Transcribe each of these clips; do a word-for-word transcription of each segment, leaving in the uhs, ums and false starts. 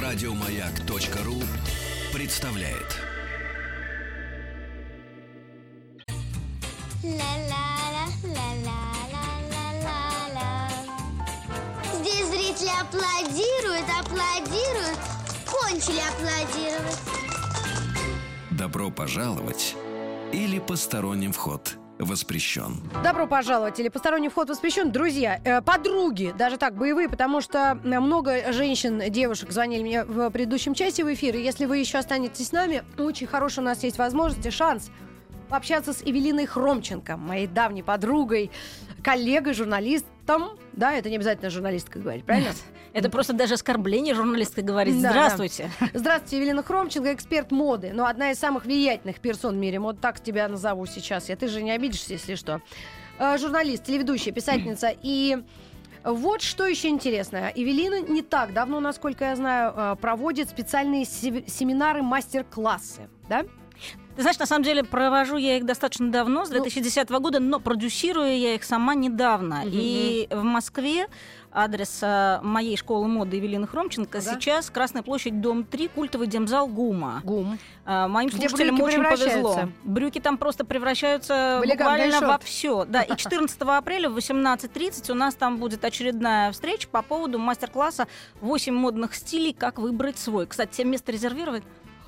Радиомаяк.ру представляет. Здесь зрители аплодируют, аплодируют, кончили аплодировать. Добро пожаловать или посторонним вход воспрещен. Добро пожаловать или посторонний вход воспрещен. Друзья, э, подруги, даже так, боевые, потому что много женщин, девушек звонили мне в предыдущем часе в эфир. И если вы еще останетесь с нами, очень хорошая у нас есть возможность и шанс пообщаться с Эвелиной Хромченко, моей давней подругой, коллегой, журналистом. Да, это не обязательно журналистка говорить, правильно? Это просто даже оскорбление журналистка говорить. Да, Здравствуйте. Да. Здравствуйте, Эвелина Хромченко, эксперт моды. Ну, одна из самых влиятельных персон в мире. Вот так тебя назову сейчас. Я, ты же не обидишься, если что. Э, журналист, телеведущая, писательница. И вот что еще интересно. Эвелина не так давно, насколько я знаю, проводит специальные семинары, мастер-классы. Да? Ты знаешь, на самом деле провожу я их достаточно давно, с две тысячи десятого года, но продюсирую я их сама недавно. Mm-hmm. И в Москве адрес а, моей школы моды Эвелины Хромченко ага. сейчас Красная площадь, дом три, культовый демзал ГУМа. ГУМ. А, моим слушателям очень повезло. Брюки там просто превращаются буквально во все. Да, и четырнадцатого апреля в восемнадцать тридцать у нас там будет очередная встреча по поводу мастер-класса восемь модных стилей, как выбрать свой. Кстати, тебе место резервировать?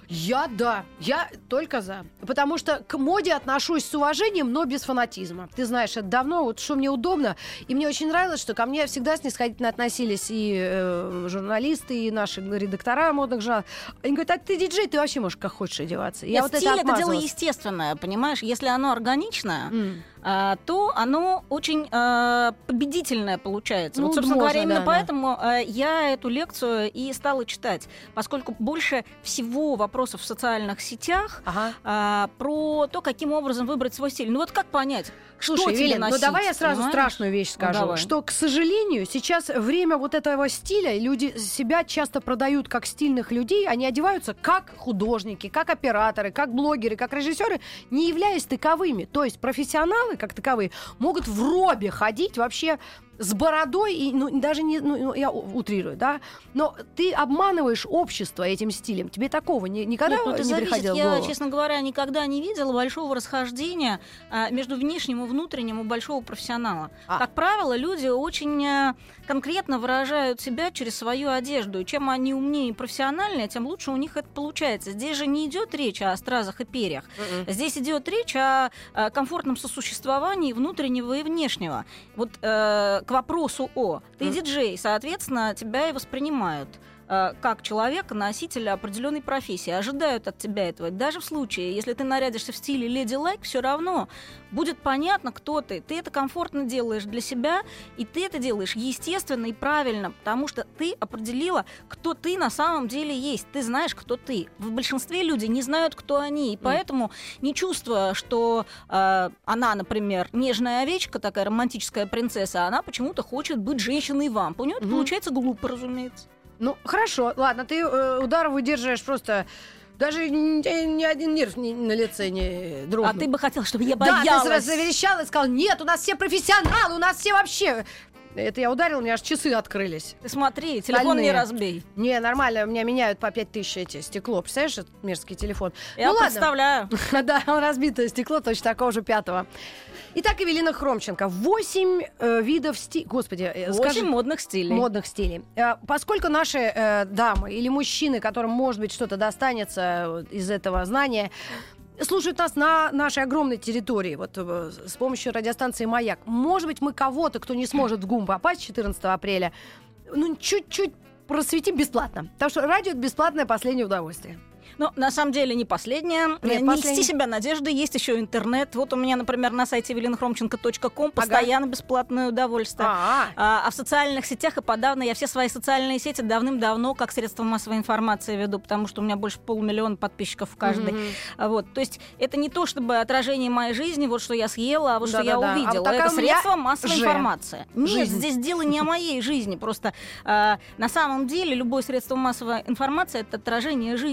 Я да, я только за. Потому что к моде отношусь с уважением, но без фанатизма. Ты знаешь, это давно, вот что мне удобно. И мне очень нравилось, что ко мне всегда снисходительно относились и э, журналисты, и наши редактора модных жанров. Они говорят, а ты диджей, ты вообще можешь как хочешь одеваться. Я Нет, вот стиль это, это дело естественное, понимаешь? Если оно органичное, mm. а, то оно очень а, победительное получается. Ну, вот, собственно можно, говоря, именно да, поэтому да. а, я эту лекцию и стала читать. Поскольку больше всего вопросов в социальных сетях ага. а, про то, каким образом выбрать свой стиль. Ну вот как понять, Слушай, что тебе Евелин, носить? Ну давай я сразу понимаешь? страшную вещь скажу, ну, что, к сожалению, сейчас время вот этого стиля, люди себя часто продают как стильных людей, они одеваются как художники, как операторы, как блогеры, как режиссеры, не являясь таковыми. То есть профессионалы, как таковые, могут в робе ходить вообще с бородой, и, ну, даже не, ну, я утрирую, да, но ты обманываешь общество этим стилем. Тебе такого ни, никогда Нет, ну, не зависит. приходило в Я, голову? честно говоря, никогда не видела большого расхождения а, между внешним и внутренним у большого профессионала. А. Как правило, люди очень а, конкретно выражают себя через свою одежду. И чем они умнее и профессиональнее, тем лучше у них это получается. Здесь же не идет речь о стразах и перьях. Mm-mm. Здесь идет речь о, о комфортном сосуществовании внутреннего и внешнего. Вот э, к вопросу о ты mm. диджей, соответственно, тебя и воспринимают э, как человека, носителя определенной профессии, ожидают от тебя этого. Даже в случае, если ты нарядишься в стиле леди лайк, все равно будет понятно, кто ты. Ты это комфортно делаешь для себя, и ты это делаешь естественно и правильно, потому что ты определила, кто ты на самом деле есть. Ты знаешь, кто ты. В большинстве людей не знают, кто они, и поэтому, не чувствуя, что э, она, например, нежная овечка, такая романтическая принцесса, она почему-то хочет быть женщиной вамп. У нее это mm-hmm. получается глупо, разумеется. Ну, хорошо, ладно, ты э, удар выдерживаешь просто... Даже ни, ни один нерв ни, на лице не дрогнул. А ты бы хотела, чтобы я боялась? Да, ты сразу заверещала и сказала, нет, у нас все профессионалы, у нас все вообще... Это я ударила, у меня аж часы открылись. Ты смотри, телефон Стальные. Не разбей. Не, нормально, у меня меняют по пять тысяч эти стекло. Представляешь, этот мерзкий телефон? Я ну, представляю. Да, разбитое стекло, точно такого же пятого. Итак, Эвелина Хромченко. Восемь э, видов стилей. Господи, э, Восемь скажи, модных стилей. Модных стилей. Э, поскольку наши э, дамы или мужчины, которым, может быть, что-то достанется из этого знания, слушают нас на нашей огромной территории, вот э, с помощью радиостанции «Маяк». Может быть, мы кого-то, кто не сможет в ГУМ попасть четырнадцатого апреля, ну, чуть-чуть просветим бесплатно. Потому что радио — это бесплатное последнее удовольствие. Ну, на самом деле, не последнее. Нет, не последний... льсти себя надежды, есть еще интернет. Вот у меня, например, на сайте эвелина хромченко точка ком постоянно ага. бесплатное удовольствие. А, а в социальных сетях и подавно я все свои социальные сети давным-давно как средство массовой информации веду, потому что у меня больше полумиллиона подписчиков в каждой. Mm-hmm. Вот. То есть это не то, чтобы отражение моей жизни, вот что я съела, а вот да, что да, я да. увидела. А вот это средство массовой же. информации. Нет, Жизнь. здесь дело не о моей жизни. Просто а, на самом деле любое средство массовой информации — это отражение жизни. Это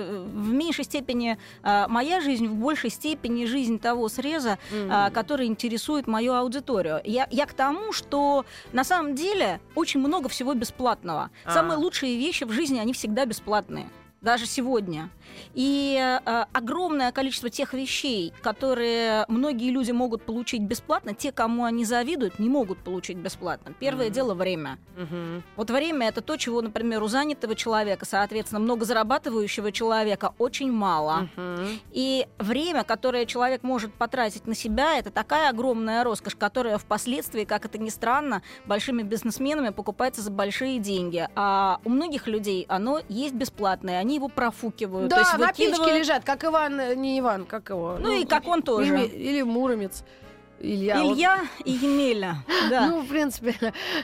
э, в меньшей степени э, моя жизнь, в большей степени жизнь того среза, mm-hmm. э, который интересует мою аудиторию. Я, я к тому, что на самом деле очень много всего бесплатного. А-а-а. Самые лучшие вещи в жизни, они всегда бесплатные. Даже сегодня. И э, огромное количество тех вещей, которые многие люди могут получить бесплатно, те, кому они завидуют, не могут получить бесплатно. Первое mm-hmm. дело — время. Mm-hmm. Вот время — это то, чего, например, у занятого человека, соответственно, многозарабатывающего человека очень мало. Mm-hmm. И время, которое человек может потратить на себя, это такая огромная роскошь, которая впоследствии, как это ни странно, большими бизнесменами покупается за большие деньги. А у многих людей оно есть бесплатное, они его профукивают. Да, то есть на выкидывают... печке лежат, как Иван, не Иван, как его. Ну, ну и как он тоже. Или, или Муромец. Илья, Илья вот. И Емеля. Да. Ну, в принципе.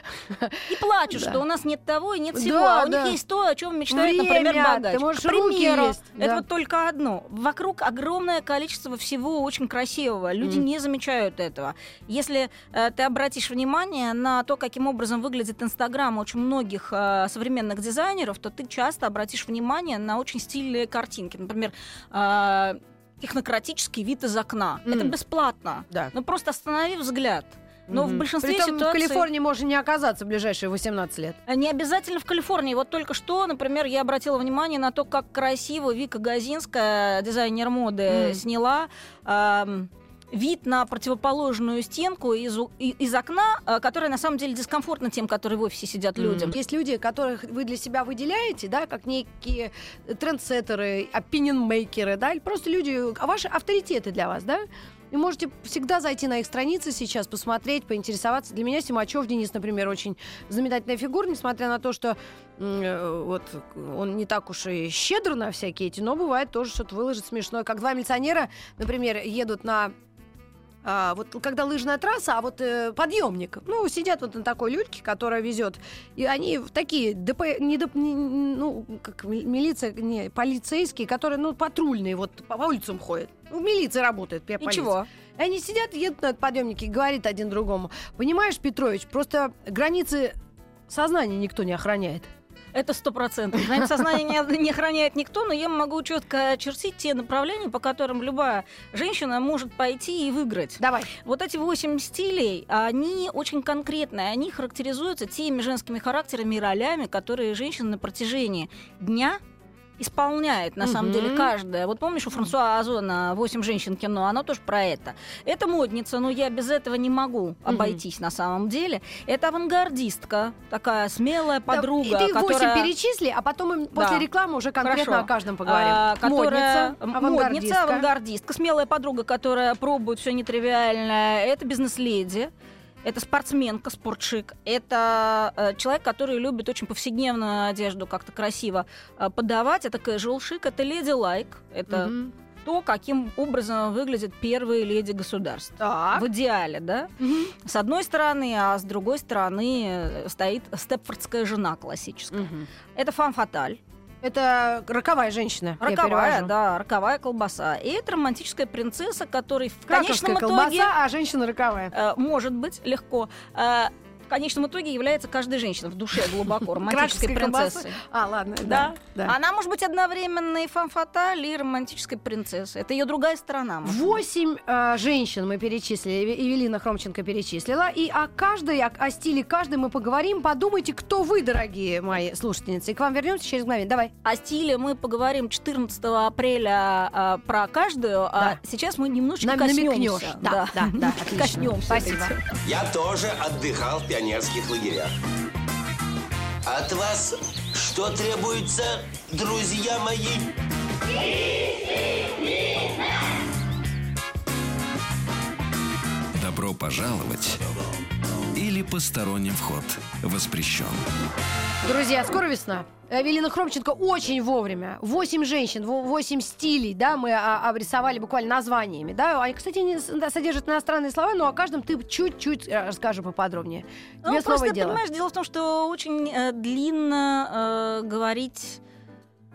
И плачут, да. что у нас нет того и нет всего. Да, а у да. них есть то, о чем мечтает, Время. например, богач. Ты можешь, К примеру, есть. это Да. вот только одно. Вокруг огромное количество всего очень красивого. Люди mm. не замечают этого. Если э, ты обратишь внимание на то, каким образом выглядит Инстаграм очень многих э, современных дизайнеров, то ты часто обратишь внимание на очень стильные картинки. Например, э, технократический вид из окна. Mm. Это бесплатно. Да. Ну просто останови взгляд. Но mm-hmm. в большинстве Притом ситуаций... в Калифорнии можно не оказаться в ближайшие восемнадцать лет. Не обязательно в Калифорнии. Вот только что, например, я обратила внимание на то, как красиво Вика Газинская, дизайнер моды, mm. сняла... Эм, вид на противоположную стенку из, из окна, которая на самом деле дискомфортна тем, которые в офисе сидят людям. Есть люди, которых вы для себя выделяете, да, как некие трендсеттеры, опинион-мейкеры, да, или просто люди, а ваши авторитеты для вас, да? И можете всегда зайти на их страницы сейчас, посмотреть, поинтересоваться. Для меня Симачев Денис, например, очень знаменательная фигура, несмотря на то, что э, вот, он не так уж и щедр на всякие эти, но бывает тоже что-то выложит смешное. Как два милиционера, например, едут на... А, вот когда лыжная трасса, а вот э, подъемник, ну, сидят вот на такой люльке, которая везет, и они такие, ДП, не, доп, не, ну, как милиция, не, полицейские, которые, ну, патрульные, вот по, по улицам ходят. В милиции работает. И чего? И они сидят, едут на этот подъемник и говорит один другому: понимаешь, Петрович, просто границы сознания никто не охраняет. Это сто процентов. Границ сознания не, не охраняет никто, но я могу четко очертить те направления, по которым любая женщина может пойти и выиграть. Давай. Вот эти восемь стилей, они очень конкретные. Они характеризуются теми женскими характерами и ролями, которые женщина на протяжении дня исполняет, на mm-hmm. самом деле, каждая. Вот помнишь, у Франсуа Озона «Восемь женщин кино», оно тоже про это. Это модница, но я без этого не могу обойтись mm-hmm. на самом деле. Это авангардистка, такая смелая подруга. Да, и ты их которая... восемь перечисли, а потом им да. после рекламы уже конкретно Хорошо. О каждом поговорим. А, которая... Модница, авангардистка. Модница, авангардистка, смелая подруга, которая пробует все нетривиальное. Это бизнес-леди. Это спортсменка, спортшик. Это э, человек, который любит очень повседневную одежду как-то красиво э, подавать. Это casual шик, это леди-лайк. Это mm-hmm. то, каким образом выглядят первые леди государств. Так. В идеале, да? Mm-hmm. С одной стороны, а с другой стороны стоит степфордская жена классическая. Mm-hmm. Это фам-фаталь. Это роковая женщина. Роковая, да, роковая колбаса. И это романтическая принцесса, которой в Краковская конечном колбаса, итоге... а женщина роковая. Э, может быть, легко. Э, в конечном итоге является каждая женщина в душе глубоко романтической принцессой. А, ладно, да. да, да. Она может быть одновременно и фам-фаталь, и романтической принцессой. Это ее другая сторона. Восемь э, женщин мы перечислили, Эвелина Хромченко перечислила. И о каждой, о, о стиле каждой мы поговорим. Подумайте, кто вы, дорогие мои слушательницы. И к вам вернемся через мгновение. Давай. О стиле мы поговорим четырнадцатого апреля э, про каждую, да. А сейчас мы немножечко Нам коснемся. Да, да, да, да, коснемся. Спасибо. Я тоже отдыхал в пионерских лагерях. От вас что требуется, друзья мои? Добро пожаловать или посторонним вход воспрещен. Друзья, скоро весна. Эвелина Хромченко очень вовремя. Восемь женщин, восемь стилей, да, мы а, обрисовали буквально названиями, да. Они, кстати, не содержат иностранные слова, но о каждом ты чуть-чуть расскажи поподробнее. Ну, Тебе просто, дело. понимаешь, дело в том, что очень э, длинно э, говорить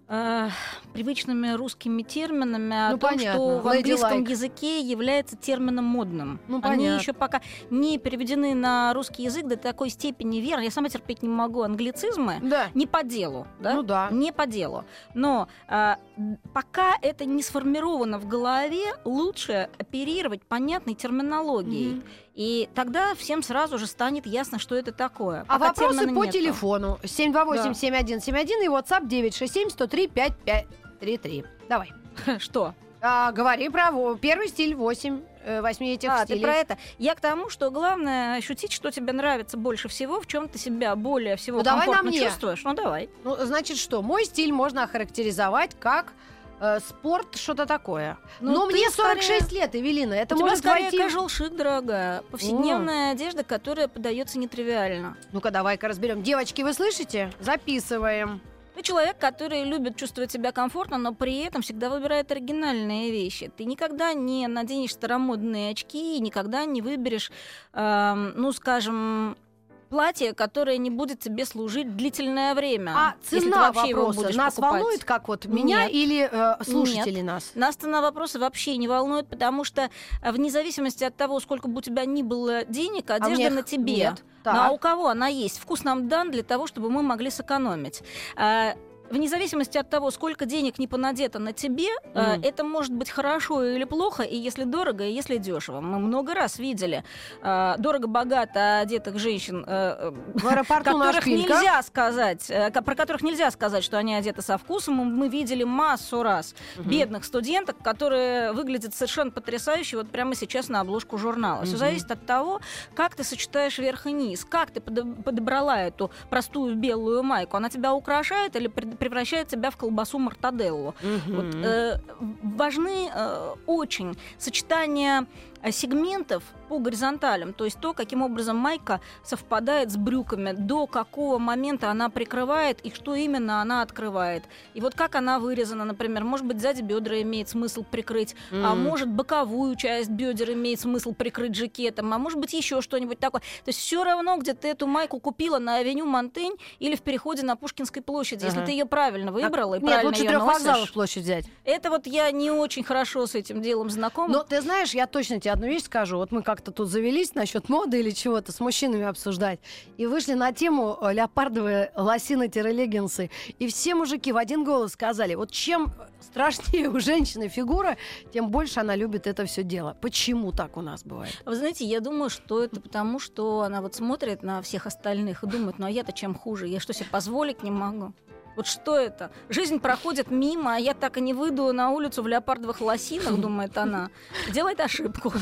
э, привычными русскими терминами о Ну, том, понятно. что в Lady английском like. языке является термином модным. Ну, Они понятно. еще пока не переведены на русский язык до такой степени верно. Я сама терпеть не могу англицизмы. Да. Не по делу, да? Ну да. Не по делу. Но э, пока это не сформировано в голове, лучше оперировать понятной терминологией. Мгм. И тогда всем сразу же станет ясно, что это такое. А Пока вопросы термина по нету. телефону семь два восемь семь один семь один и WhatsApp девять шесть семь сто три пять пять три три. Давай. Что? А, говори про во- первый стиль восемь, э, восьми этих А, стилей. ты про это. Я к тому, что главное ощутить, что тебе нравится больше всего, в чем ты себя более всего Ну, давай комфортно на мне. чувствуешь. Ну, давай. Ну, значит, что? Мой стиль можно охарактеризовать как э, спорт, что-то такое. Ну, Но ты мне сорок шесть скорее- лет, Эвелина. Это У тебя может скорее войти... casual шик, дорогая. Повседневная одежда, которая подается нетривиально. Ну-ка, давай-ка разберем. Девочки, вы слышите? Записываем. Ты человек, который любит чувствовать себя комфортно, но при этом всегда выбирает оригинальные вещи. Ты никогда не наденешь старомодные очки и никогда не выберешь, эм, ну, скажем, платье, которое не будет тебе служить длительное время. А если ты цена вообще его вопроса будешь нас покупать. волнует, как вот меня Нет. или э, слушателей нас? Нас цена вопроса вообще не волнует, потому что э, вне зависимости от того, сколько бы у тебя ни было денег, одежда мне на их тебе. нет. Ну, Так. а у кого она есть? Вкус нам дан для того, чтобы мы могли сэкономить. А, Вне зависимости от того, сколько денег не понадето на тебе, э, Мгм. это может быть хорошо или плохо, и если дорого, и если дешево. Мы много раз видели э, дорого-богато одетых женщин, э, В аэропорту на которых шпильках. нельзя сказать, э, ко- про которых нельзя сказать, что они одеты со вкусом. Мы- Мы видели массу раз бедных студенток, которые выглядят совершенно потрясающе вот прямо сейчас на обложку журнала. Все Мгм. зависит от того, как ты сочетаешь верх и низ, как ты подо- подобрала эту простую белую майку. Она тебя украшает или пред- превращает тебя в колбасу мортаделлу? Мгм. Вот, э, важны э, очень сочетания э, сегментов по горизонталям, то есть то, каким образом майка совпадает с брюками, до какого момента она прикрывает и что именно она открывает. И вот как она вырезана, например, может быть, сзади бедра имеет смысл прикрыть, а Мгм. может, боковую часть бедер имеет смысл прикрыть жакетом, а может быть, еще что-нибудь такое. То есть все равно, где ты эту майку купила на авеню Монтень или в переходе на Пушкинской площади, если Ага. ты ее правильно выбрала и Нет, правильно лучше ее трех носишь. вокзалов площадь взять. Это вот я не очень хорошо с этим делом знакома. Но ты знаешь, я точно тебе одну вещь скажу. Вот мы как-то тут завелись насчет моды или чего-то с мужчинами обсуждать. И вышли на тему э, леопардовые лосины-леггинсы. И все мужики в один голос сказали, вот чем страшнее у женщины фигура, тем больше она любит это все дело. Почему так у нас бывает? Вы знаете, я думаю, что это потому, что она вот смотрит на всех остальных и думает, ну а я-то чем хуже? Я что, себе позволить не могу? Вот что это? Жизнь проходит мимо, а я так и не выйду на улицу в леопардовых лосинах, думает она. Делает ошибку.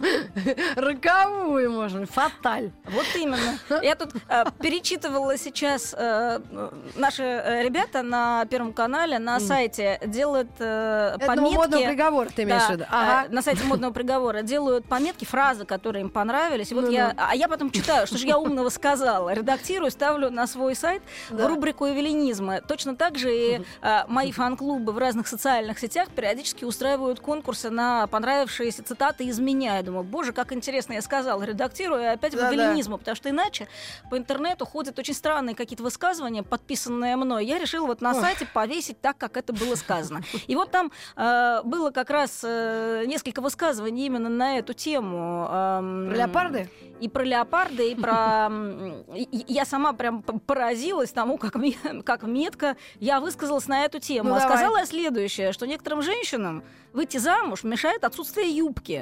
Роковую, можно, фаталь. Вот именно. Я тут э, перечитывала сейчас э, наши э, ребята на Первом канале на сайте делают э, Это модного пометки. приговора ты имеешь Да, в виду? э, Ага. на сайте модного приговора делают пометки, фразы, которые им понравились. И вот Ну-ну. я, а я потом читаю, что же я умного сказала, редактирую, ставлю на свой сайт Да. в рубрику эвелинизма. Точно так же и э, мои фан-клубы в разных социальных сетях периодически устраивают конкурсы на понравившиеся цитаты из меня. Я думаю, боже, как интересно я сказала, редактирую, и опять Да-да. в эвелинизму, потому что иначе по интернету ходят очень странные какие-то высказывания, подписанные мной. Я решила вот на Ох. сайте повесить так, как это было сказано. И вот там э, было как раз э, несколько высказываний именно на эту тему. эм, Про леопарды? И про леопарды, и про... м, и- и Я сама прям п- поразилась тому, как, ме- как метко я высказалась на эту тему. Ну, а давай. сказала я следующее, что некоторым женщинам выйти замуж мешает отсутствие юбки.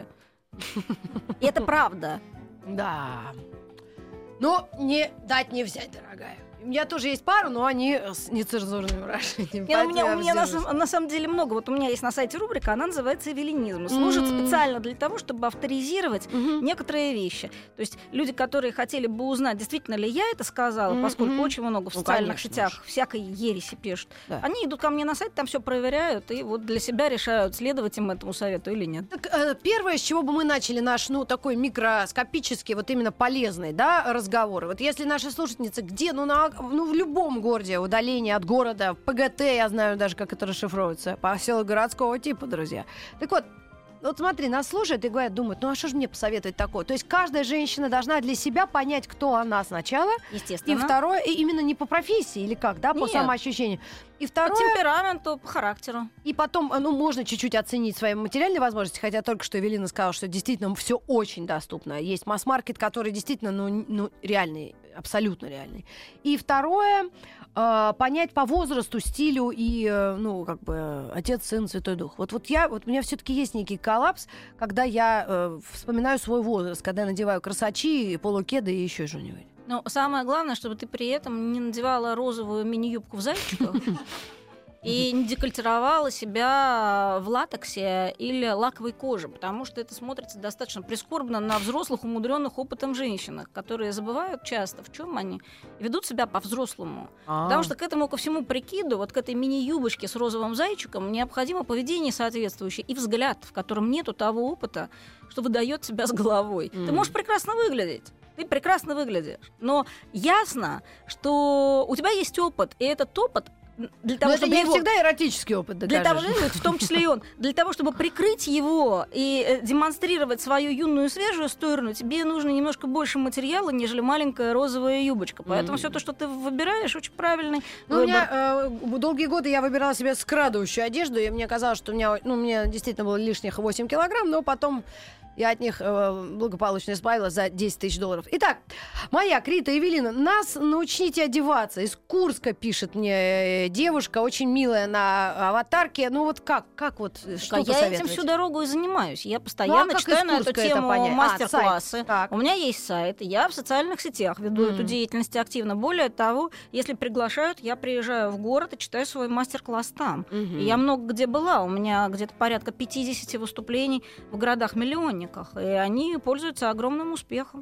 И это правда. Да. Но не дать не взять, дорогая. У меня тоже есть пару, но они с нецензурными выражениями. Не, ну, у меня, у поэтому меня я на, воздержусь. сам- на самом деле много. Вот у меня есть на сайте рубрика, она называется «Эвелинизм». Служит М. специально для того, чтобы авторизировать Мгм. некоторые вещи. То есть люди, которые хотели бы узнать, действительно ли я это сказала, Мгм. поскольку очень много в Ну, социальных конечно сетях же. всякой ереси пишут, Да. они идут ко мне на сайт, там все проверяют, и вот для себя решают, следовать им этому совету или нет. Так, э, первое, с чего бы мы начали наш, ну, такой микроскопический, вот именно полезный, да, разговор. Вот если наши слушательницы где, ну, на, ну, в любом городе, удаление от города, ПГТ, я знаю даже, как это расшифровывается, поселок городского типа, друзья. Так вот, Вот смотри, нас слушают и говорят, думают, ну а что же мне посоветовать такое? То есть каждая женщина должна для себя понять, кто она сначала. Естественно. И второе, и именно не по профессии или как, да, по Нет. самоощущению. И второе... По темпераменту, по характеру. И потом, ну, можно чуть-чуть оценить свои материальные возможности, хотя только что Эвелина сказала, что действительно все очень доступно. Есть масс-маркет, который действительно, ну, ну реальный, абсолютно реальный. И второе, э, понять по возрасту, стилю и, э, ну, как бы, отец, сын, Святой Дух. Вот, вот я, вот у меня все-таки есть некий коллапс, когда я э, вспоминаю свой возраст, когда я надеваю красачи, полукеды и еще что-нибудь. Но самое главное, чтобы ты при этом не надевала розовую мини-юбку в зайчиках и не декольтировала себя в латексе или лаковой коже, потому что это смотрится достаточно прискорбно на взрослых, умудренных опытом женщинах, которые забывают часто, в чем они, и ведут себя по-взрослому. А-а-а. Потому что к этому ко всему прикиду, вот к этой мини-юбочке с розовым зайчиком необходимо поведение соответствующее и взгляд, в котором нету того опыта, что выдает себя с головой. Mm. Ты можешь прекрасно выглядеть. Ты прекрасно выглядишь. Но ясно, что у тебя есть опыт, и этот опыт для того, Но чтобы это не его... всегда эротический опыт, Для того, докажешь. в том числе и он, для того, чтобы прикрыть его и э, демонстрировать свою юную свежую сторону, тебе нужно немножко больше материала, нежели маленькая розовая юбочка. Поэтому mm. все то, что ты выбираешь, очень правильный ну, выбор. У меня э, долгие годы я выбирала себе скрадывающую одежду, и мне казалось, что у меня, ну, мне действительно было лишних восемь килограмм, но потом я от них э, благополучно избавилась за десять тысяч долларов. Итак, моя Крита Эвелина, нас научите одеваться. Из Курска пишет мне э, девушка, очень милая на аватарке. Ну вот как, как вот, что а посоветовать? Я этим всю дорогу и занимаюсь. Я постоянно ну, а читаю на эту тему это мастер-классы. А, у меня есть сайт, я в социальных сетях веду mm. эту деятельность активно. Более того, если приглашают, я приезжаю в город и читаю свой мастер-класс там. Mm-hmm. И я много где была. У меня где-то порядка пятьдесят выступлений в городах-миллионниках. И они пользуются огромным успехом.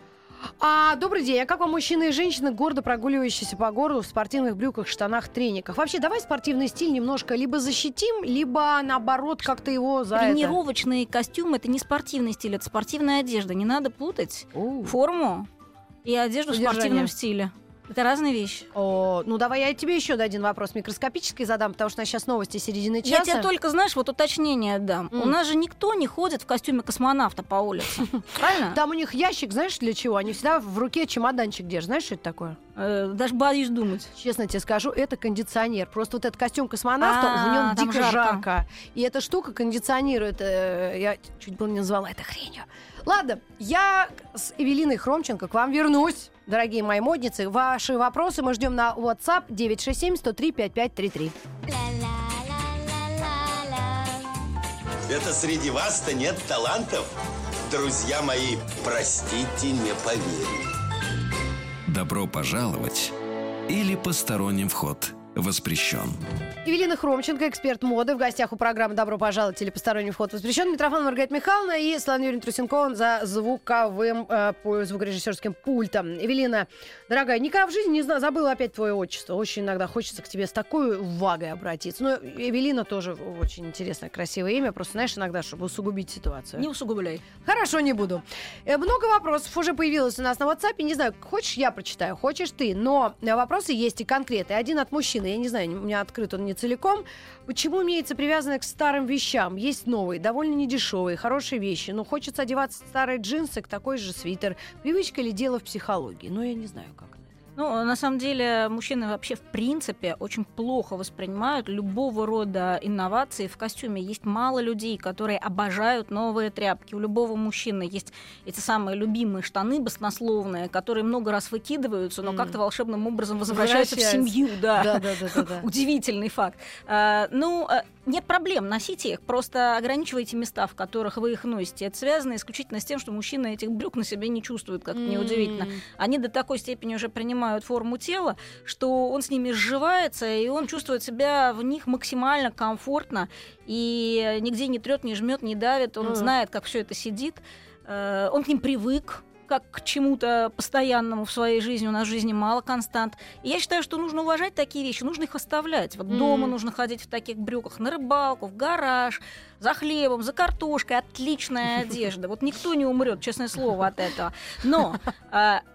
А, добрый день. А как вам мужчины и женщины, гордо прогуливающиеся по городу в спортивных брюках, штанах, трениках? Вообще, давай спортивный стиль немножко либо защитим, либо, наоборот, как-то его за Тренировочные это... костюмы — это не спортивный стиль, это спортивная одежда. Не надо путать Оу. форму и одежду Содержание. В спортивном стиле. Это разные вещи. О, ну давай я тебе еще один вопрос микроскопический задам, потому что у нас сейчас новости середины часа. Я тебе только, знаешь, вот уточнение дам. Mm. У нас же никто не ходит в костюме космонавта по улице. Правильно? Там у них ящик, знаешь, для чего? Они всегда в руке чемоданчик держат. Знаешь, что это такое? Даже боюсь думать. Честно тебе скажу, это кондиционер. Просто вот этот костюм космонавта, в нем дико жарко. И эта штука кондиционирует. Я чуть было не назвала это хренью. Ладно, я с Эвелиной Хромченко к вам вернусь. Дорогие мои модницы, ваши вопросы мы ждем на WhatsApp девять шесть семь сто три пять пять три три. Это среди вас-то нет талантов? Друзья мои, простите, не поверю. Добро пожаловать или посторонним вход воспрещен. Эвелина Хромченко, эксперт моды, в гостях у программы «Добро пожаловать» или «Посторонний вход воспрещен». Митрофан Маргарита Михайловна и Светлана Юрьевна Трусенкова за звуковым, э, звукорежиссерским пультом. Эвелина, дорогая, никогда в жизни не знаю, забыла опять твое отчество. Очень иногда хочется к тебе с такой вагой обратиться. Но Эвелина тоже очень интересное, красивое имя. Просто, знаешь, иногда, чтобы усугубить ситуацию. Не усугубляй. Хорошо, не буду. Э, много вопросов уже появилось у нас на WhatsApp. Не знаю, хочешь, я прочитаю, хочешь ты. Но вопросы есть и конкретные. Один от мужчины. Я не знаю, у меня открыт он не целиком. Почему имеется привязанность к старым вещам? Есть новые, довольно недешевые, хорошие вещи. Но хочется одеваться в старые джинсы, к такой же свитер. Привычка ли дело в психологии? Ну, я не знаю, как. Ну, на самом деле, мужчины вообще, в принципе, очень плохо воспринимают любого рода инновации в костюме. Есть мало людей, которые обожают новые тряпки. У любого мужчины есть эти самые любимые штаны баснословные, которые много раз выкидываются, но mm. как-то волшебным образом возвращаются в семью. Да. Да, да, да, да, да. Удивительный факт. А, ну, нет проблем, носите их, просто ограничивайте места, в которых вы их носите. Это связано исключительно с тем, что мужчины этих брюк на себе не чувствуют, как-то mm. неудивительно. Они до такой степени уже принимают форму тела, что он с ними сживается, и он чувствует себя в них максимально комфортно, и нигде не трет, не жмет, не давит. Он mm. знает, как все это сидит. Он к ним привык, как к чему-то постоянному в своей жизни. У нас в жизни мало констант. И я считаю, что нужно уважать такие вещи, нужно их оставлять. Вот mm. дома нужно ходить в таких брюках, на рыбалку, в гараж, за хлебом, за картошкой. Отличная одежда. Вот никто не умрет, честное слово, от этого. Но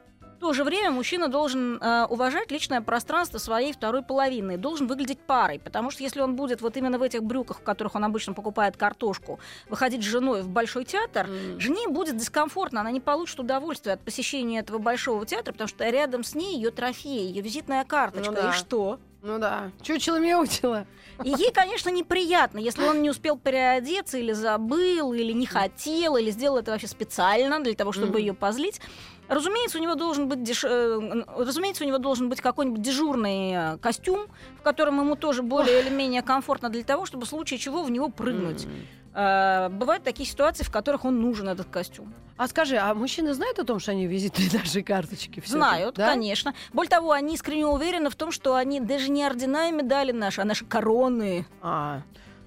то же время мужчина должен э, уважать личное пространство своей второй половины, должен выглядеть парой, потому что если он будет вот именно в этих брюках, в которых он обычно покупает картошку, выходить с женой в большой театр, mm. жене будет дискомфортно, она не получит удовольствия от посещения этого большого театра, потому что рядом с ней ее трофей, ее визитная карточка. Ну, да. И что? Ну да, чучело-мяучело. И ей, конечно, неприятно, если он не успел переодеться, или забыл, или не хотел, или сделал это вообще специально для того, чтобы mm. ее позлить. Разумеется, у него должен быть деш... разумеется, у него должен быть какой-нибудь дежурный костюм, в котором ему тоже более или менее комфортно для того, чтобы в случае чего в него прыгнуть. Mm. Бывают такие ситуации, в которых он нужен, этот костюм. А скажи, а мужчины знают о том, что они визитные наши карточки? Знают, да? Конечно. Более того, они искренне уверены в том, что они даже не ордена и медали наши, а наши короны. А.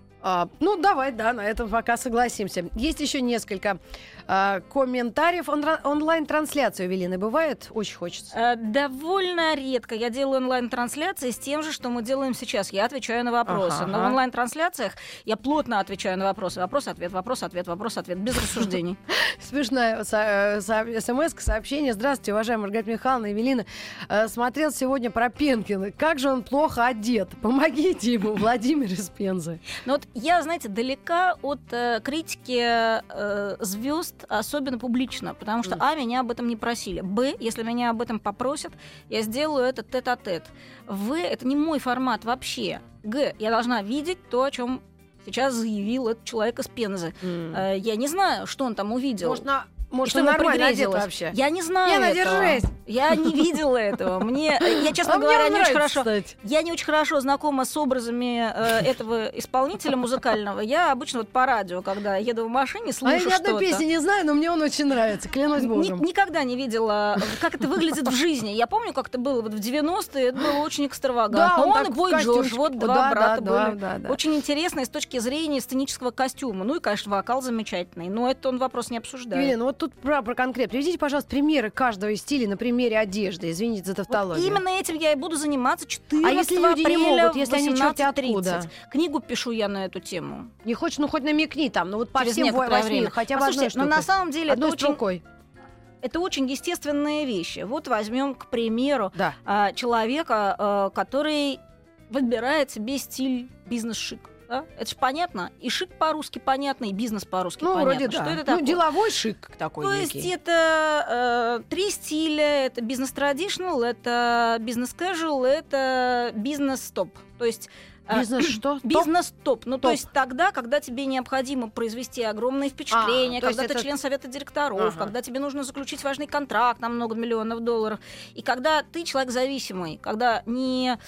А, ну, давай, да, на этом пока согласимся. Есть еще несколько а, комментариев. Он, онлайн-трансляцию, Эвелина, бывает? Очень хочется. А, довольно редко. Я делаю онлайн-трансляции с тем же, что мы делаем сейчас. Я отвечаю на вопросы. Ага, Но ага. в онлайн-трансляциях я плотно отвечаю на вопросы. Вопрос-ответ, вопрос-ответ, вопрос-ответ, без рассуждений. Смешная смс-ка, сообщение. Здравствуйте, уважаемая Маргарита Михайловна, Эвелина. Смотрел сегодня про Пенкина. Как же он плохо одет. Помогите ему, Владимир из Пензы. Ну вот я, знаете, далека от э, критики э, звезд, особенно публично, потому что, а, меня об этом не просили, б, если меня об этом попросят, я сделаю это тет-а-тет, в, это не мой формат вообще, г, я должна видеть то, о чем сейчас заявил этот человек из Пензы. Mm. Э, я не знаю, что он там увидел. Может, на... Может, он нормально одет вообще? Я не знаю Лена, этого. Держись. Я не видела этого. Мне, я, честно а говоря, мне не очень хорошо. Кстати. Я не очень хорошо знакома с образами э, этого исполнителя музыкального. Я обычно вот по радио, когда еду в машине, слушаю а я ни что-то. одной песни не знаю, но мне он очень нравится, клянусь Богом. Ни, никогда не видела, как это выглядит в жизни. Я помню, как это было вот в девяностые, это было очень экстравагантно. Да, он, он и Бой Джордж, вот два да, брата да, были. да, да, очень интересные с точки зрения сценического костюма. Ну и, конечно, вокал замечательный. Но это он вопрос не обсуждает. Елена, вот тут про, про конкретно. Приведите, пожалуйста, примеры каждого из стилей на примере одежды. Извините за тавтологию. Вот именно этим я и буду заниматься четырнадцатого а если люди апреля не могут, если они черти откуда? Книгу пишу я на эту тему. Не хочешь, ну хоть намекни там, ну вот по Через всем восьми, хотя бы одной но на самом деле одной это очень... Это очень естественные вещи. Вот возьмем, к примеру, да. человека, который выбирает себе стиль бизнес-шик. Да? Это же понятно. И шик по-русски понятно, и бизнес по-русски ну, понятно. Вроде, да. Что это ну, такое? деловой шик такой. То некий. есть это э, три стиля. Это бизнес-традишнл, это бизнес-кэжуал, это бизнес-стоп. То есть Бизнес что? Бизнес-топ. Ну, топ. То есть тогда, когда тебе необходимо произвести огромные впечатления, а, когда ты это... член совета директоров, ага. когда тебе нужно заключить важный контракт на много миллионов долларов, и когда ты человек зависимый, когда не...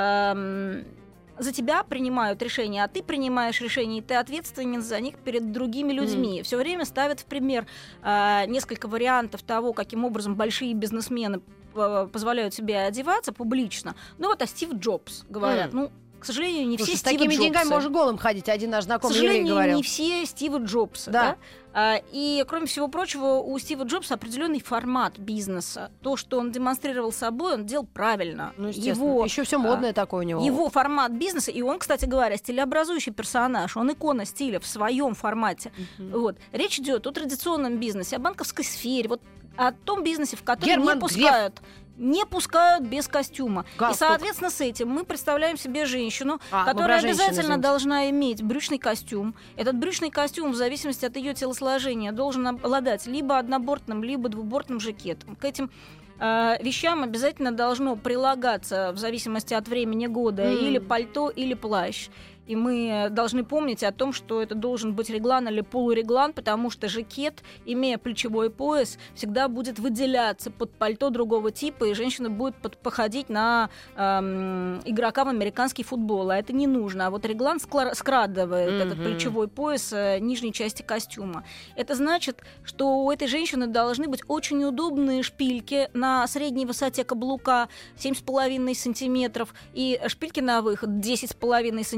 Эм, за тебя принимают решения, а ты принимаешь решения, и ты ответственен за них перед другими людьми. Mm. Все время ставят в пример э, несколько вариантов того, каким образом большие бизнесмены э, позволяют себе одеваться публично. Ну вот, а Стив Джобс, говорят, mm. ну, к сожалению, не Слушай, все Стивы Джобсы. С такими деньгами можно голым ходить, один наш знакомый еврей говорил. К сожалению, не все Стивы Джобсы, да? да? А, и, кроме всего прочего, у Стива Джобса определенный формат бизнеса. То, что он демонстрировал собой, он делал правильно. Ну, его, еще все модное а, такое у него. Его формат бизнеса, и он, кстати говоря, стилеобразующий персонаж, он икона стиля в своем формате. Uh-huh. Вот. Речь идет о традиционном бизнесе, о банковской сфере, вот о том бизнесе, в который Герман не пускают... Греф. не пускают без костюма. Галстук. И, соответственно, с этим мы представляем себе женщину, а, которая обязательно женщина, должна иметь брючный костюм. Этот брючный костюм, в зависимости от ее телосложения, должен обладать либо однобортным, либо двубортным жакетом. К этим э, вещам обязательно должно прилагаться, в зависимости от времени года, mm. или пальто, или плащ. И мы должны помнить о том, что это должен быть реглан или полуреглан, потому что жакет, имея плечевой пояс, всегда будет выделяться под пальто другого типа, и женщина будет под, походить на эм, игрока в американский футбол. А это не нужно. А вот реглан скла- скрадывает mm-hmm. этот плечевой пояс э, нижней части костюма. Это значит, что у этой женщины должны быть очень удобные шпильки на средней высоте каблука семь с половиной сантиметров и шпильки на выход десять с половиной сантиметров.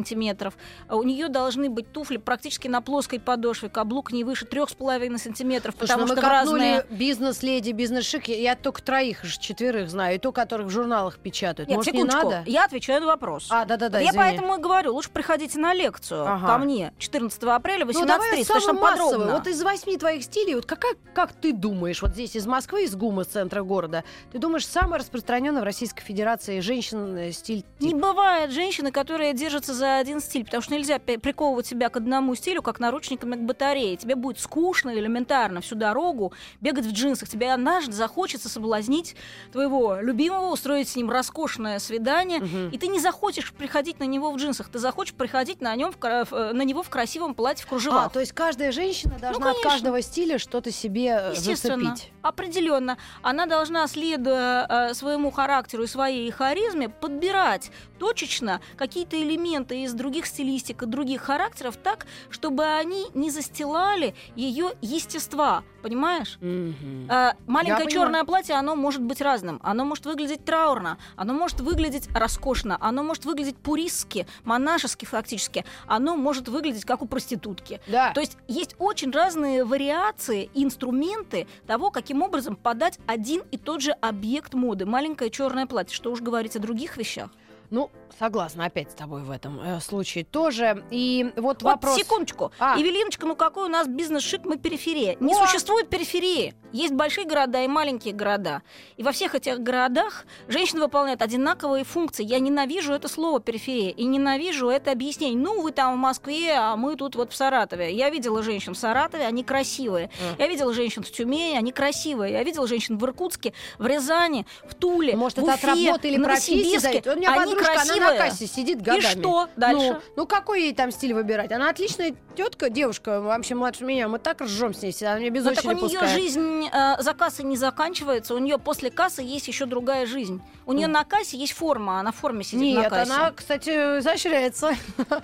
сантиметров. У нее должны быть туфли практически на плоской подошве, каблук не выше трех с половиной сантиметров, Слушай, потому ну что мы в разные... копнули бизнес-леди, бизнес-шик. Я только троих, четверых знаю, и то, которых в журналах печатают. Нет, Может, не секундочку, надо? я отвечаю на вопрос. А, да-да-да, Я извини. поэтому и говорю, лучше приходите на лекцию Ага. ко мне четырнадцатого апреля в Ну, восемнадцать давай тридцать, самый потому что массовый. подробно. Вот из восьми твоих стилей, вот как, как ты думаешь, вот здесь из Москвы, из ГУМа, с центра города, ты думаешь, самый распространенный в Российской Федерации женщин э, стиль? Не тип? бывает женщины, которые держатся за один стиль, потому что нельзя пи- приковывать себя к одному стилю, как наручниками к батарее. Тебе будет скучно элементарно всю дорогу бегать в джинсах. Тебе однажды захочется соблазнить твоего любимого, устроить с ним роскошное свидание, Мгм. и ты не захочешь приходить на него в джинсах, ты захочешь приходить на, нем в, кра- в- на него в красивом платье в кружевах. А, то есть каждая женщина должна от конечно. каждого стиля что-то себе э, Естественно, зацепить. определенно. Она должна, следуя э, своему характеру и своей харизме, подбирать точечно какие-то элементы из других стилистик и других характеров так, чтобы они не застилали ее естества. Понимаешь? Мгм. Э, маленькое понимаю. черное платье, оно может быть разным. Оно может выглядеть траурно, оно может выглядеть роскошно, оно может выглядеть пуристски, монашески фактически, оно может выглядеть как у проститутки. Да. То есть есть очень разные вариации, инструменты того, каким образом подать один и тот же объект моды. Маленькое черное платье. Что уж говорить о других вещах. Ну, согласна опять с тобой в этом э, случае тоже. И вот, Вот, вопрос... секундочку. А. Евелиночка, ну какой у нас бизнес-шик, мы периферия. Не О! существует периферии. Есть большие города и маленькие города. И во всех этих городах женщины выполняют одинаковые функции. Я ненавижу это слово периферия и ненавижу это объяснение. Ну, вы там в Москве, а мы тут вот в Саратове. Я видела женщин в Саратове, они красивые. Mm. Я видела женщин в Тюмени, они красивые. Я видела женщин в Иркутске, в Рязани, в Туле, Может, в это Уфе, от работы или в профессии Новосибирске. зависит? Вот у меня Они подружка, она красивые. на кассе сидит годами. И что дальше? Ну, ну, какой ей там стиль выбирать? Она отличная тетка, девушка, вообще младше меня. Мы так ржем с ней, она меня без Но так очереди у нее пускает. жизнь э, за кассой не заканчивается, у нее после кассы есть еще другая жизнь. У нее Mm. на кассе есть форма, она в форме сидит на Нет, кассе. она, кстати, изощряется.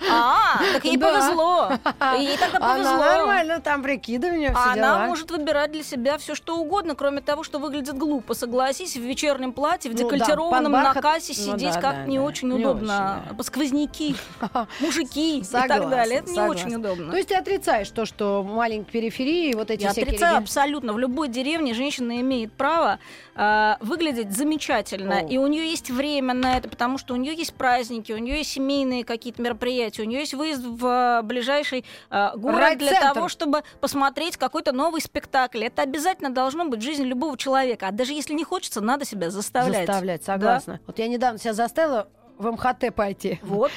А, так ей Да. повезло. Ей тогда повезло. Она нормально там прикидывание, все Она дела. может выбирать для себя все что угодно, кроме того, что выглядит глупо. Согласись, в вечернем платье, в Ну да, декольтированном под на бархат. кассе Ну сидеть да, как да, не да. очень Не удобно. очень, да. Сквозняки, мужики и Согласна, так далее. Это не согласна. очень удобно. То есть ты отрицаешь то, что маленькой периферии вот эти Я всякие... отрицаю реги- абсолютно. В любой деревне женщина имеет право э, выглядеть замечательно. О. И у нее есть время на это, потому что у нее есть праздники, у нее есть семейные какие-то мероприятия, у нее есть выезд в э, ближайший э, город для Райцентр. того, чтобы посмотреть какой-то новый спектакль. Это обязательно должно быть в жизни любого человека. А даже если не хочется, надо себя заставлять. Заставлять, согласна. Вот я недавно себя заставила в эм ха тэ пойти. Вот.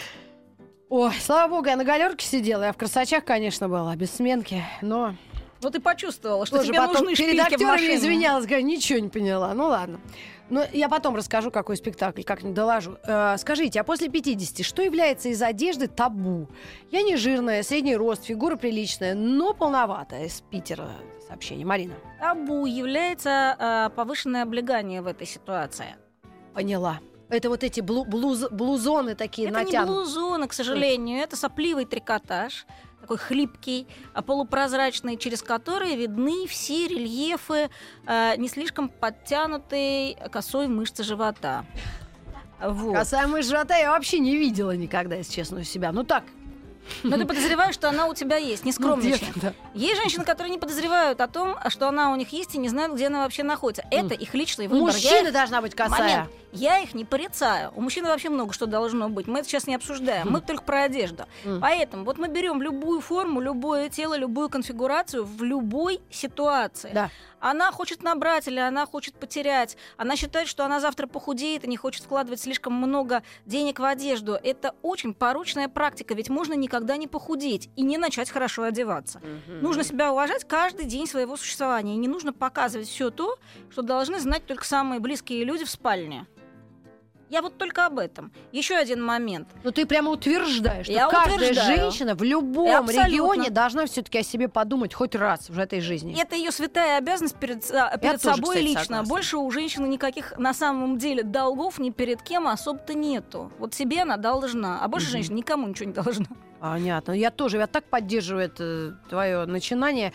Ой, слава богу, я на галерке сидела. Я в красачах, конечно, была, без сменки. Но Вот и почувствовала, что тоже тебе потом нужны перед шпильки в актерами машине. извинялась, говорю, ничего не поняла. Ну ладно. Но я потом расскажу, какой спектакль, как-нибудь доложу. Э, скажите, а после пятидесяти что является из одежды табу? Я не жирная, средний рост, фигура приличная, но полноватая. Из Питера сообщение. Марина. Табу является э, повышенное облегание в этой ситуации. Поняла. Это вот эти блу- блуз- блузоны такие Это не натянутые. блузоны, к сожалению, это сопливый трикотаж, такой хлипкий, а, полупрозрачный, через который видны все рельефы э, не слишком подтянутой косой мышцы живота. Вот. Косая мышь живота я вообще не видела никогда, если честно, у себя. Ну так. Но ты подозреваешь, что она у тебя есть, не скромничай. Ну, где-то, да. Есть женщины, которые не подозревают о том, что она у них есть, и не знают, где она вообще находится. Это их личный У выбор. Я мужчины их- должна быть косая. Момент. Я их не порицаю. У мужчин вообще много что должно быть. Мы это сейчас не обсуждаем. Мы только про одежду. Мгм. Поэтому вот мы берем любую форму, любое тело, любую конфигурацию в любой ситуации. Да. Она хочет набрать или она хочет потерять. Она считает, что она завтра похудеет и не хочет вкладывать слишком много денег в одежду. Это очень порочная практика, ведь можно никогда не похудеть и не начать хорошо одеваться. Нужно себя уважать каждый день своего существования. И не нужно показывать все то, что должны знать только самые близкие люди в спальне. Я вот только об этом. Еще один момент. Ну ты прямо утверждаешь, что Я каждая утверждаю. женщина в любом Абсолютно. регионе должна все-таки о себе подумать хоть раз в этой жизни. Это ее святая обязанность перед, а, перед тоже, собой кстати, лично. согласна. Больше у женщины никаких на самом деле долгов ни перед кем особо-то нету. Вот себе она должна, а больше Мгм. женщина никому ничего не должна. Понятно. Я тоже, я так поддерживаю это твое начинание.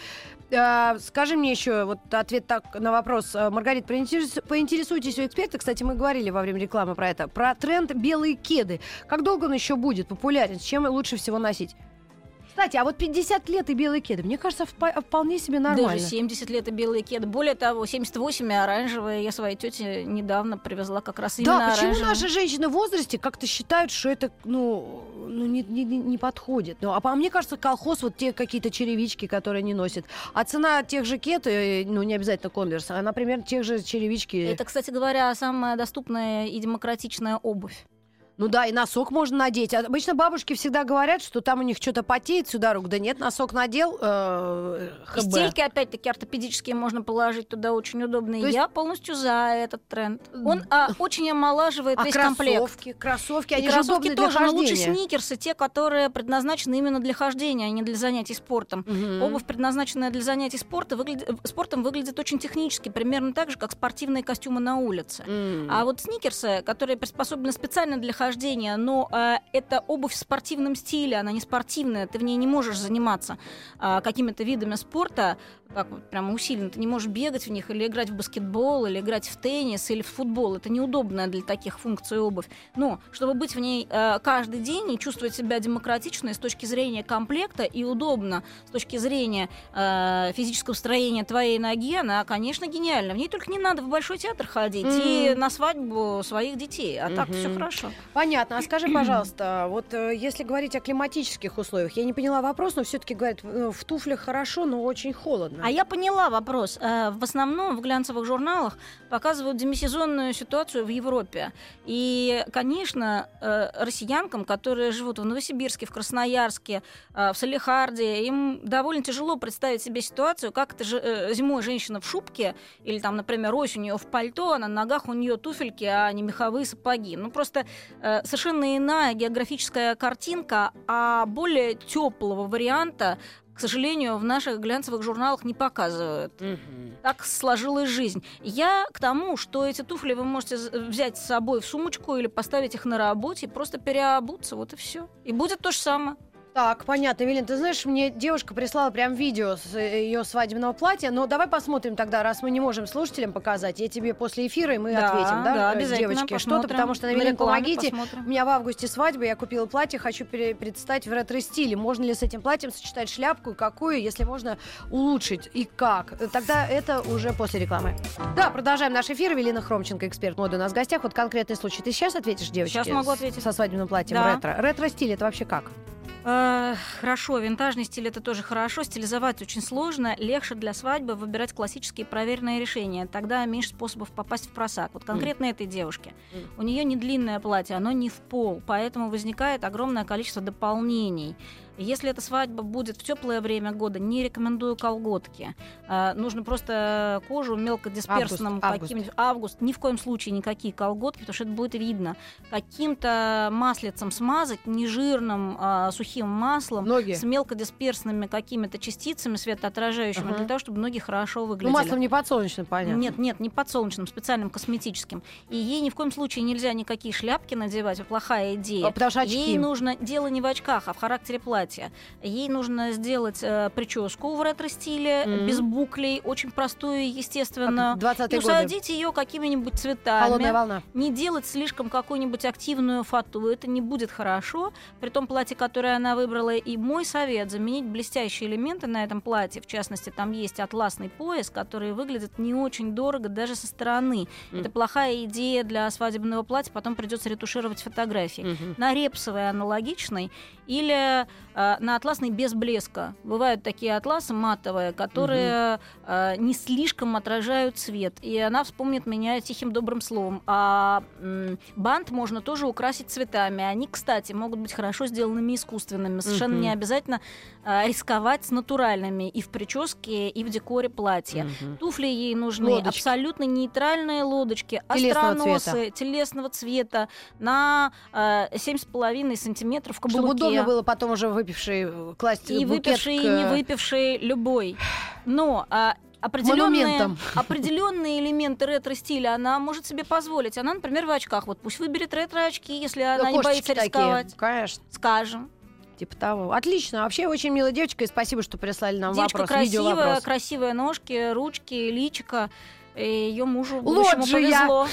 А, скажи мне еще вот ответ так на вопрос. Маргарита, поинтерес... поинтересуйтесь у эксперта, кстати, мы говорили во время рекламы про это, про тренд белые кеды. Как долго он еще будет популярен? С чем лучше всего носить? Кстати, а вот пятьдесят лет и белые кеды, мне кажется, вп- вполне себе нормально. Даже семьдесят лет и белые кеды. Более того, семьдесят восемь и оранжевые. Я своей тете недавно привезла как раз именно Да, почему оранжевые. наши женщины в возрасте как-то считают, что это, ну, ну не, не, не подходит? Ну, а по мне кажется, колхоз, вот те какие-то черевички, которые они носят. А цена тех же кед, ну, не обязательно конверс, а, например, тех же черевички. Это, кстати говоря, самая доступная и демократичная обувь. Ну да, и носок можно надеть. Обычно бабушки всегда говорят, что там у них что-то потеет всю дорогу. Да нет, носок надел, э, И стельки, опять-таки, ортопедические можно положить туда, очень удобные. есть... Я полностью за этот тренд. Он а, очень омолаживает а весь кроссовки, комплект. Кроссовки, И они кроссовки же тоже, для но лучше хождения. сникерсы, те, которые предназначены именно для хождения, а не для занятий спортом. Угу. Обувь, предназначенная для занятий спорта, выглядит, спортом, выглядит очень технически, примерно так же, как спортивные костюмы на улице. Mm. А вот сникерсы, которые приспособлены специально для хождения, но э, это обувь в спортивном стиле, она не спортивная, ты в ней не можешь заниматься э, какими-то видами спорта, как вот прямо усиленно, ты не можешь бегать в них или играть в баскетбол, или играть в теннис, или в футбол. Это неудобная для таких функций обувь. Но чтобы быть в ней э, каждый день и чувствовать себя демократично с точки зрения комплекта и удобно с точки зрения э, физического строения твоей ноги, она, конечно, гениальна. В ней только не надо в Большой театр ходить mm. и на свадьбу своих детей, а mm-hmm. так все хорошо. Понятно. А скажи, пожалуйста, вот э, если говорить о климатических условиях, я не поняла вопрос, но все-таки говорят, э, в туфлях хорошо, но очень холодно. А я поняла вопрос. В основном в глянцевых журналах показывают демисезонную ситуацию в Европе. И, конечно, россиянкам, которые живут в Новосибирске, в Красноярске, в Салехарде, им довольно тяжело представить себе ситуацию, как это же зимой женщина в шубке, или там, например, осенью у нее в пальто, а на ногах у нее туфельки, а не меховые сапоги. Ну, просто совершенно иная географическая картинка, а более теплого варианта, к сожалению, в наших глянцевых журналах не показывают. Mm-hmm. Так сложилась жизнь. Я к тому, что эти туфли вы можете взять с собой в сумочку или поставить их на работе, просто переобуться, вот и все. И будет то же самое. Так, понятно, Эвелин, ты знаешь, мне девушка прислала прям видео с ее свадебного платья, но давай посмотрим тогда, раз мы не можем слушателям показать, я тебе после эфира, и мы да, ответим, да, да обязательно, девочки, посмотрим. Что-то, потому что, Эвелин, помогите, посмотрим. У меня в августе свадьба, я купила платье, хочу пере- представить в ретро-стиле, можно ли с этим платьем сочетать шляпку, какую, если можно улучшить, и как, тогда это уже после рекламы. Да, продолжаем наш эфир, Эвелина Хромченко, эксперт моды у нас в гостях, вот конкретный случай, ты сейчас ответишь, девочки? Сейчас могу ответить. Со свадебным платьем да. ретро. Ретро-стиль это вообще как? Хорошо, винтажный стиль — это тоже хорошо, стилизовать очень сложно, легче для свадьбы выбирать классические проверенные решения, тогда меньше способов попасть в просак. Вот конкретно mm. этой девушке. Mm. У нее не длинное платье, оно не в пол, поэтому возникает огромное количество дополнений. Если эта свадьба будет в теплое время года, не рекомендую колготки. А, нужно просто кожу мелкодисперсным август, каким-нибудь... Август. Ни в коем случае никакие колготки, потому что это будет видно. Каким-то маслицем смазать, нежирным, а, сухим маслом, ноги. С мелкодисперсными какими-то частицами светоотражающими, uh-huh. для того, чтобы ноги хорошо выглядели. Ну, маслом не подсолнечным, понятно. Нет, нет, не подсолнечным, специальным косметическим. И ей ни в коем случае нельзя никакие шляпки надевать, плохая идея. Потому что очки. Ей нужно... Дело не в очках, а в характере платья. Ей нужно сделать э, прическу в ретро-стиле, mm-hmm. без буклей, очень простую и естественную. И усадить ее какими-нибудь цветами. Холодная волна. Не делать слишком какую-нибудь активную фату. Это не будет хорошо. При том платье, которое она выбрала. И мой совет — заменить блестящие элементы на этом платье. В частности, там есть атласный пояс, который выглядит не очень дорого даже со стороны. Mm-hmm. Это плохая идея для свадебного платья. Потом придется ретушировать фотографии. Mm-hmm. На репсовый аналогичный или э, на атласный без блеска. Бывают такие атласы матовые, которые угу. э, не слишком отражают цвет. И она вспомнит меня тихим добрым словом. А м, бант можно тоже украсить цветами. Они, кстати, могут быть хорошо сделанными искусственными. Совершенно угу. не обязательно э, рисковать с натуральными и в прическе, и в декоре платья. Угу. Туфли ей нужны лодочки. Абсолютно нейтральные лодочки, телесного остроносы, цвета. телесного цвета на э, семь с половиной сантиметров в каблуке. Чтобы удобно было потом уже выпивший класть и букет выпивший, к... и не выпивший, любой. Но а, определенные, определенные элементы ретро-стиля она может себе позволить. Она, например, в очках. Вот пусть выберет ретро-очки, если она да, не боится рисковать. Такие, конечно. Скажем. Типа того. Отлично. Вообще очень милая девочка, и спасибо, что прислали нам Девочка вопрос. красивая, видеовопрос. красивые ножки, ручки, личико. Ее мужу Лоджия. повезло.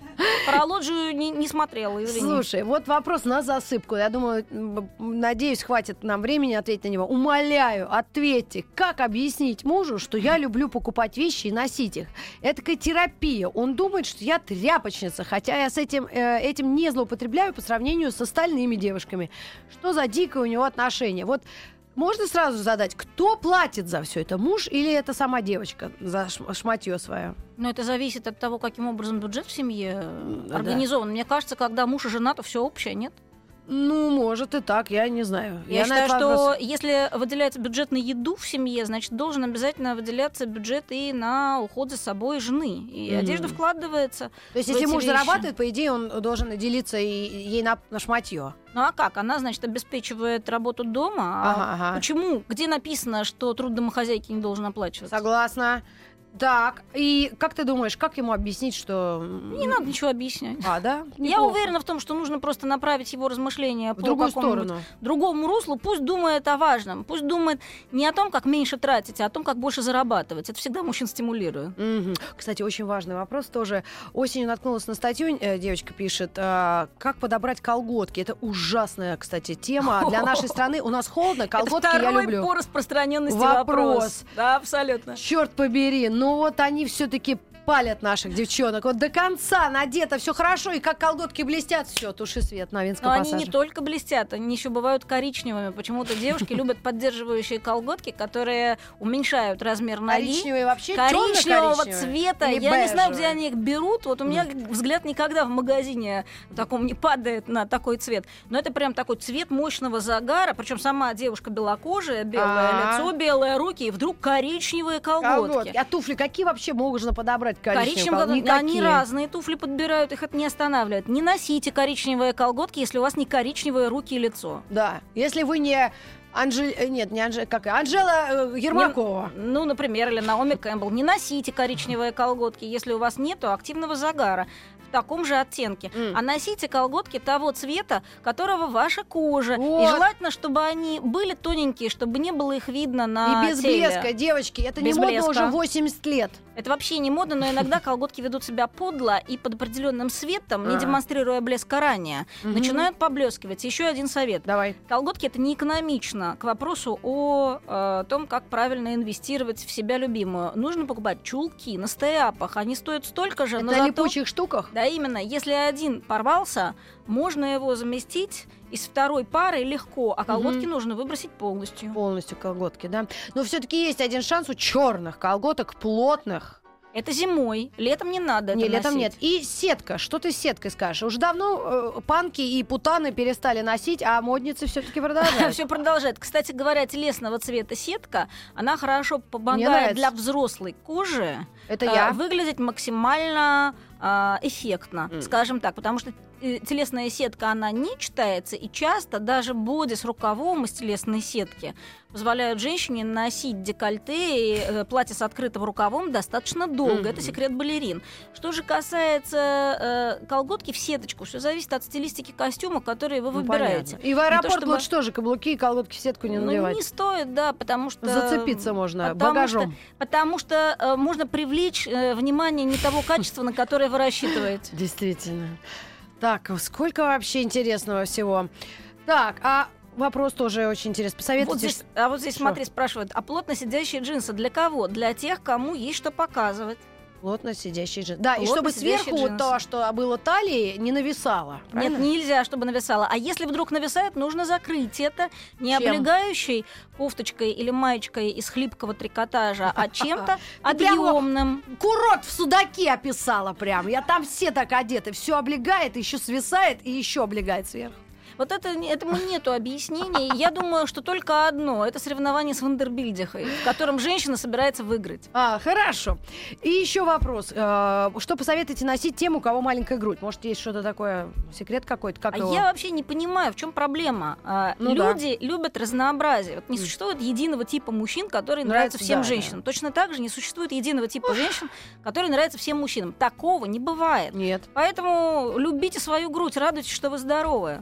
Про лоджию не, не смотрела, извини. Слушай, вот вопрос на засыпку. Я думаю, надеюсь, хватит нам времени ответить на него. Умоляю, ответьте, как объяснить мужу, что я люблю покупать вещи и носить их? Это такая терапия. Он думает, что я тряпочница, хотя я с этим, э, этим не злоупотребляю по сравнению с остальными девушками. Что за дикое у него отношение? Вот можно сразу задать, кто платит за все это, муж или это сама девочка за шм- шматье свое? Но это зависит от того, каким образом бюджет в семье Да. организован. Мне кажется, когда муж и жена, то все общее, нет? Ну, может и так, я не знаю. Я, на считаю, этот что вопрос- если выделяется бюджет на еду в семье, значит, должен обязательно выделяться бюджет и на уход за собой жены. И Мгм. одежда вкладывается. То есть, в если эти муж вещи. зарабатывает, по идее, он должен делиться и, ей на, на шматье. Ну а как? Она, значит, обеспечивает работу дома. А Ага, ага. почему? Где написано, что труд домохозяйки не должен оплачиваться? Согласна. Так, и как ты думаешь, как ему объяснить, что... Не надо ничего объяснять. А, да? Я Неплохо. уверена в том, что нужно просто направить его размышления В по другую какому-нибудь сторону. другому руслу. Пусть думает о важном. Пусть думает не о том, как меньше тратить, а о том, как больше зарабатывать. Это всегда мужчин стимулирует. Мгм. Кстати, очень важный вопрос тоже. Осенью наткнулась на статью, э, девочка пишет, э, как подобрать колготки. Это ужасная, кстати, тема для нашей страны. У нас холодно, колготки Это я второй люблю. по распространенности Вопрос. вопрос. Да, абсолютно. Черт побери, ну вот они все-таки палят наших девчонок. Вот до конца надето, все хорошо, и как колготки блестят, все, туши свет на Винском Но они пассаже. не только блестят, они еще бывают коричневыми. Почему-то девушки любят поддерживающие колготки, которые уменьшают размер ноги. Коричневые вообще, Коричневого тёмно-коричневые? цвета. Или Я не знаю, бежевые? где они их берут. Вот у меня взгляд никогда в магазине таком не падает на такой цвет. Но это прям такой цвет мощного загара. Причем сама девушка белокожая, белое А-а. лицо, белые руки, и вдруг коричневые колготки. Колготки. А туфли какие вообще можно подобрать коричневые? Коричневые, колготки? да, они Никакие. разные туфли подбирают, их это не останавливает. Не носите коричневые колготки, если у вас не коричневые руки и лицо. Да, если вы не Анжель... э, Нет, не Анжель... Как... Анжела э, Ермакова. Не- ну, например, или Наоми Кэмпбелл. Не носите коричневые колготки, если у вас нету активного загара в таком же оттенке. М. А носите колготки того цвета, которого ваша кожа. Вот. И желательно, чтобы они были тоненькие, чтобы не было их видно на И без теле. блеска, девочки, это Без не модно блеска. уже восемьдесят лет. Это вообще не модно, но иногда колготки ведут себя подло и под определенным светом, не А. демонстрируя блеска ранее, Мгм. начинают поблескивать. Еще один совет. Давай. Колготки это не экономично. К вопросу о э, том, как правильно инвестировать в себя любимую. Нужно покупать чулки на стеапах. Они стоят столько же, Это но на зато... липучих штуках? Да, именно. Если один порвался, можно его заместить из второй пары легко, а колготки Мгм. нужно выбросить полностью. Полностью колготки, да? Но все-таки есть один шанс у черных колготок, плотных. Это зимой. Летом не надо Не, это летом носить. нет. И сетка. Что ты с сеткой скажешь? Уже давно э, панки и путаны перестали носить, а модницы все-таки продолжают. Все продолжает. Кстати говоря, телесного цвета сетка, она хорошо Мне помогает нравится. для взрослой кожи Это э, я. выглядеть максимально э, эффектно, М. скажем так, потому что э, телесная сетка, она не читается, и часто даже боди с рукавом из телесной сетки позволяют женщине носить декольте и э, платье с открытым рукавом достаточно долго. Мгм. Это секрет балерин. Что же касается э, колготки в сеточку, все зависит от стилистики костюма, который вы Ну, выбираете. понятно. И в аэропорт чтобы- лучше тоже каблуки и колготки в сетку не Ну, надевать. не стоит, да, потому что... Зацепиться можно потому багажом. Что, потому что э, можно привлечь э, внимание не того качества, на которое вы рассчитываете. Действительно. Так, сколько вообще интересного всего. Так, а вопрос тоже очень интересный. Вот Посоветуйте. здесь, а вот здесь, Что? смотри, спрашивают, а плотно сидящие джинсы для кого? Для тех, кому есть что показывать. Плотно сидящий джинс. Да, и Плотно чтобы сидящие сверху вот джинсы. то, что было талии, не нависало. правильно? Нет, нельзя, чтобы нависало. А если вдруг нависает, нужно закрыть это не Чем? облегающей кофточкой или маечкой из хлипкого трикотажа, а чем-то Ты прямо объемным. Курорт в Судаке описала прям. Я там все так одеты. Все облегает, еще свисает и еще облегает сверху. Вот это, не- этому нету объяснений. Я думаю, что только одно. Это соревнование с Вандербильдихой, в котором женщина собирается выиграть. А, хорошо. И еще вопрос. Э, Что посоветуете носить тем, у кого маленькая грудь? Может, есть что-то такое, секрет какой-то? Как А его? я вообще не понимаю, в чем проблема. А, Ну да. Люди любят разнообразие. Вот не М. существует единого типа мужчин, которые Нравится, нравятся всем да, женщинам. Точно так же не существует единого типа женщин, которые нравятся всем мужчинам. Такого не бывает. Нет. Поэтому любите свою грудь, радуйтесь, что вы здоровы. Но все-таки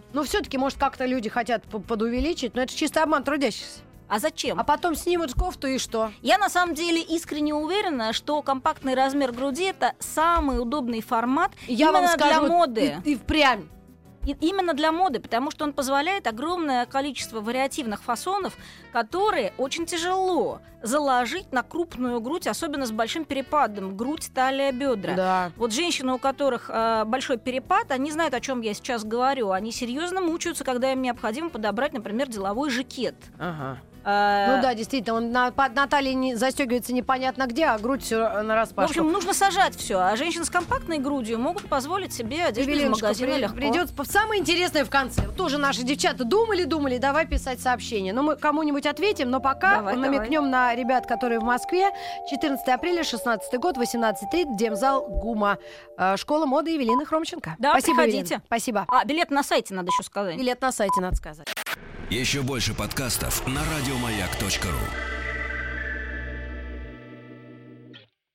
все-таки, может, как-то люди хотят подувеличить, но это чисто обман трудящихся. А зачем? А потом снимут кофту и что? Я на самом деле искренне уверена, что компактный размер груди — это самый удобный формат Я именно вам скажу, для моды. И, и впрямь. И именно для моды, потому что он позволяет огромное количество вариативных фасонов, которые очень тяжело заложить на крупную грудь, особенно с большим перепадом. Грудь, талия, бедра. Да. Вот женщины, у которых э, большой перепад, они знают, о чем я сейчас говорю. Они серьезно мучаются, когда им необходимо подобрать, например, деловой жакет. Ага. Ну да, действительно, он на, на талии не застегивается непонятно где, а грудь все нараспашку. В общем, нужно сажать все, а женщины с компактной грудью могут позволить себе одежду из магазина при, легко. Придется самое интересное в конце. Тоже наши девчата думали-думали, давай писать сообщение. Но мы кому-нибудь ответим, но пока давай, намекнем давай. на ребят, которые в Москве. четырнадцатого апреля, шестнадцатый год, восемнадцать тридцать, демзал ГУМа. Школа моды Евелины Хромченко. Да, Спасибо, приходите. Евелина. Спасибо. А, билет на сайте надо еще сказать. Билет на сайте надо сказать. Еще больше подкастов на радиомаяк точка ру.